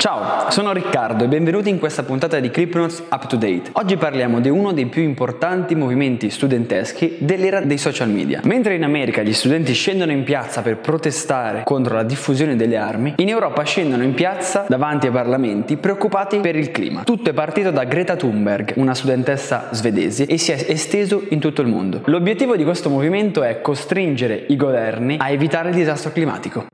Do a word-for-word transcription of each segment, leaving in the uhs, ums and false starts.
Ciao, sono Riccardo e benvenuti in questa puntata di ClipNotes Up to Date. Oggi parliamo di uno dei più importanti movimenti studenteschi dell'era dei social media. Mentre in America gli studenti scendono in piazza per protestare contro la diffusione delle armi, in Europa scendono in piazza davanti ai parlamenti preoccupati per il clima. Tutto è partito da Greta Thunberg, una studentessa svedese, e si è esteso in tutto il mondo. L'obiettivo di questo movimento è costringere i governi a evitare il disastro climatico.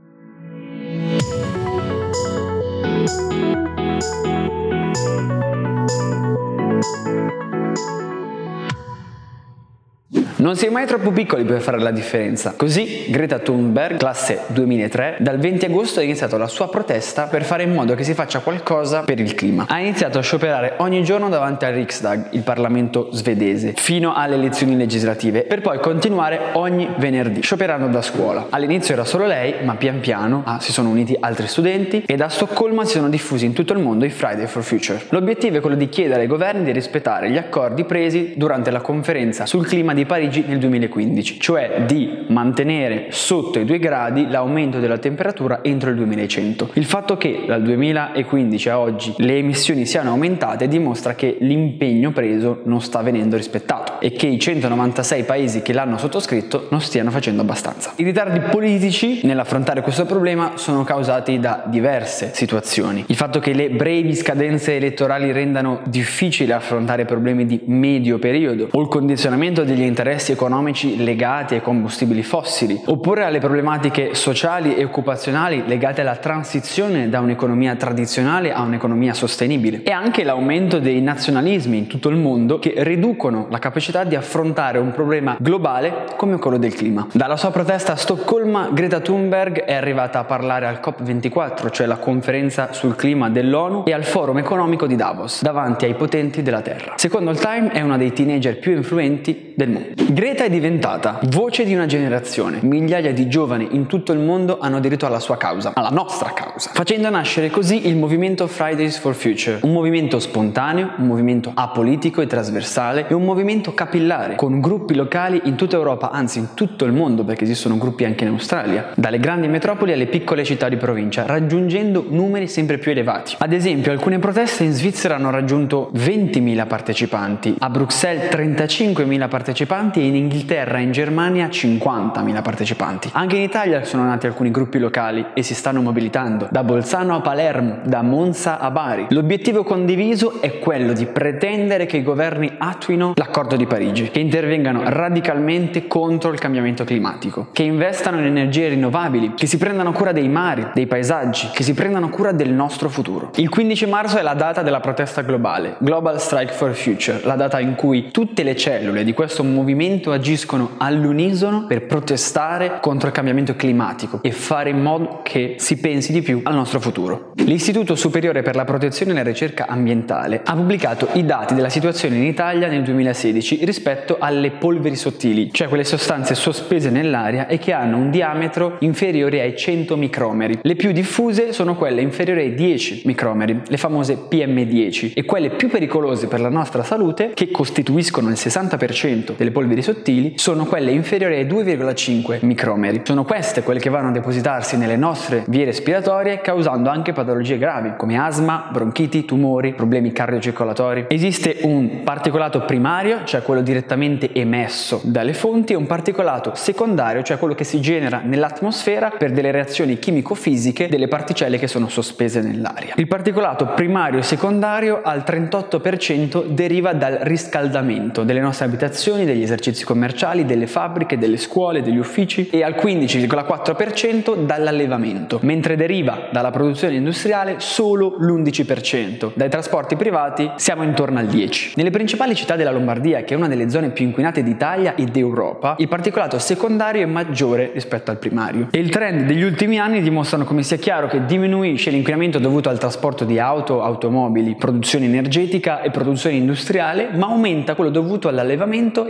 Non si è mai troppo piccoli per fare la differenza. Così Greta Thunberg, classe duemilatré, dal venti agosto ha iniziato la sua protesta per fare in modo che si faccia qualcosa per il clima. Ha iniziato a scioperare ogni giorno davanti al Riksdag, il Parlamento svedese, fino alle elezioni legislative, per poi continuare ogni venerdì, scioperando da scuola. All'inizio era solo lei, ma pian piano ah, si sono uniti altri studenti e da Stoccolma si sono diffusi in tutto il mondo i Friday for Future. L'obiettivo è quello di chiedere ai governi di rispettare gli accordi presi durante la conferenza sul clima di Parigi nel duemilaquindici, cioè di mantenere sotto i due gradi l'aumento della temperatura entro il duemilacento. Il fatto che dal duemilaquindici a oggi le emissioni siano aumentate dimostra che l'impegno preso non sta venendo rispettato e che i centonovantasei paesi che l'hanno sottoscritto non stiano facendo abbastanza. I ritardi politici nell'affrontare questo problema sono causati da diverse situazioni. Il fatto che le brevi scadenze elettorali rendano difficile affrontare problemi di medio periodo, o il condizionamento degli interessi economici legati ai combustibili fossili, oppure alle problematiche sociali e occupazionali legate alla transizione da un'economia tradizionale a un'economia sostenibile, e anche l'aumento dei nazionalismi in tutto il mondo che riducono la capacità di affrontare un problema globale come quello del clima. Dalla sua protesta a Stoccolma, Greta Thunberg è arrivata a parlare al COP ventiquattro, cioè la conferenza sul clima dell'ONU, e al forum economico di Davos, davanti ai potenti della Terra. Secondo il Time è una dei teenager più influenti del mondo. Greta è diventata voce di una generazione. Migliaia di giovani in tutto il mondo hanno aderito alla sua causa, alla nostra causa, facendo nascere così il movimento Fridays for Future, un movimento spontaneo, un movimento apolitico e trasversale e un movimento capillare, con gruppi locali in tutta Europa, anzi in tutto il mondo, perché esistono gruppi anche in Australia, dalle grandi metropoli alle piccole città di provincia, raggiungendo numeri sempre più elevati. Ad esempio, alcune proteste in Svizzera hanno raggiunto ventimila partecipanti, a Bruxelles trentacinquemila partecipanti e in Inghilterra e in Germania cinquantamila partecipanti. Anche in Italia sono nati alcuni gruppi locali e si stanno mobilitando, da Bolzano a Palermo, da Monza a Bari. L'obiettivo condiviso è quello di pretendere che i governi attuino l'accordo di Parigi, che intervengano radicalmente contro il cambiamento climatico, che investano in energie rinnovabili, che si prendano cura dei mari, dei paesaggi, che si prendano cura del nostro futuro. Il quindici marzo è la data della protesta globale, Global Strike for Future, la data in cui tutte le cellule di questo movimento agiscono all'unisono per protestare contro il cambiamento climatico e fare in modo che si pensi di più al nostro futuro. L'Istituto Superiore per la Protezione e la Ricerca Ambientale ha pubblicato i dati della situazione in Italia nel duemilasedici rispetto alle polveri sottili, cioè quelle sostanze sospese nell'aria e che hanno un diametro inferiore ai cento micromeri. Le più diffuse sono quelle inferiori ai dieci micromeri, le famose P M dieci, e quelle più pericolose per la nostra salute, che costituiscono il sessanta per cento delle polveri sottili, sono quelle inferiori ai due virgola cinque micromeri. Sono queste quelle che vanno a depositarsi nelle nostre vie respiratorie, causando anche patologie gravi come asma, bronchiti, tumori, problemi cardiocircolatori. Esiste un particolato primario, cioè quello direttamente emesso dalle fonti, e un particolato secondario, cioè quello che si genera nell'atmosfera per delle reazioni chimico-fisiche delle particelle che sono sospese nell'aria. Il particolato primario e secondario al trentotto per cento deriva dal riscaldamento delle nostre abitazioni, degli esercizi commerciali, delle fabbriche, delle scuole, degli uffici, e al quindici virgola quattro per cento dall'allevamento, mentre deriva dalla produzione industriale solo l'undici per cento. Dai trasporti privati siamo intorno al dieci per cento. Nelle principali città della Lombardia, che è una delle zone più inquinate d'Italia e d'Europa, il particolato secondario è maggiore rispetto al primario. E il trend degli ultimi anni dimostrano come sia chiaro che diminuisce l'inquinamento dovuto al trasporto di auto, automobili, produzione energetica e produzione industriale, ma aumenta quello dovuto all'allevamento e al riscaldamento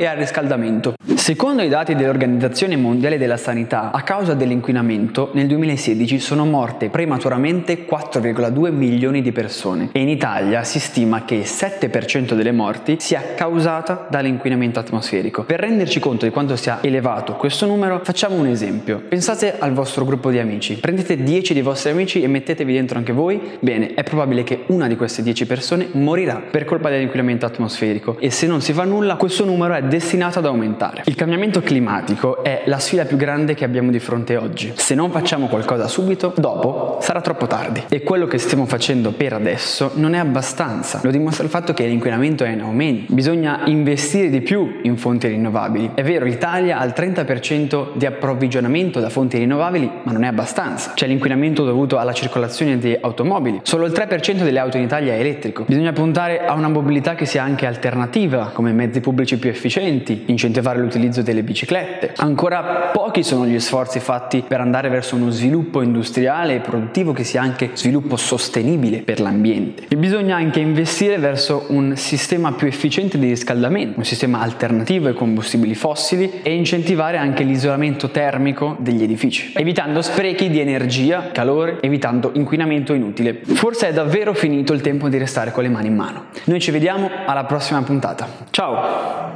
riscaldamento. Secondo i dati dell'Organizzazione Mondiale della Sanità, a causa dell'inquinamento nel duemilasedici sono morte prematuramente quattro virgola due milioni di persone e in Italia si stima che il sette per cento delle morti sia causata dall'inquinamento atmosferico. Per renderci conto di quanto sia elevato questo numero, facciamo un esempio. Pensate al vostro gruppo di amici, prendete dieci dei vostri amici e mettetevi dentro anche voi. Bene, è probabile che una di queste dieci persone morirà per colpa dell'inquinamento atmosferico e se non si fa nulla questo numero è destinato ad aumentare. Il cambiamento climatico è la sfida più grande che abbiamo di fronte oggi. Se non facciamo qualcosa subito, dopo sarà troppo tardi. E quello che stiamo facendo per adesso non è abbastanza. Lo dimostra il fatto che l'inquinamento è in aumento. Bisogna investire di più in fonti rinnovabili. È vero, l'Italia ha il trenta per cento di approvvigionamento da fonti rinnovabili, ma non è abbastanza. C'è l'inquinamento dovuto alla circolazione di automobili. Solo il tre per cento delle auto in Italia è elettrico. Bisogna puntare a una mobilità che sia anche alternativa, come mezzi pubblici più efficienti, incentivare l'utilizzo delle biciclette. Ancora pochi sono gli sforzi fatti per andare verso uno sviluppo industriale e produttivo che sia anche sviluppo sostenibile per l'ambiente. E bisogna anche investire verso un sistema più efficiente di riscaldamento, un sistema alternativo ai combustibili fossili e incentivare anche l'isolamento termico degli edifici, evitando sprechi di energia, calore, evitando inquinamento inutile. Forse è davvero finito il tempo di restare con le mani in mano. Noi ci vediamo alla prossima puntata. Ciao!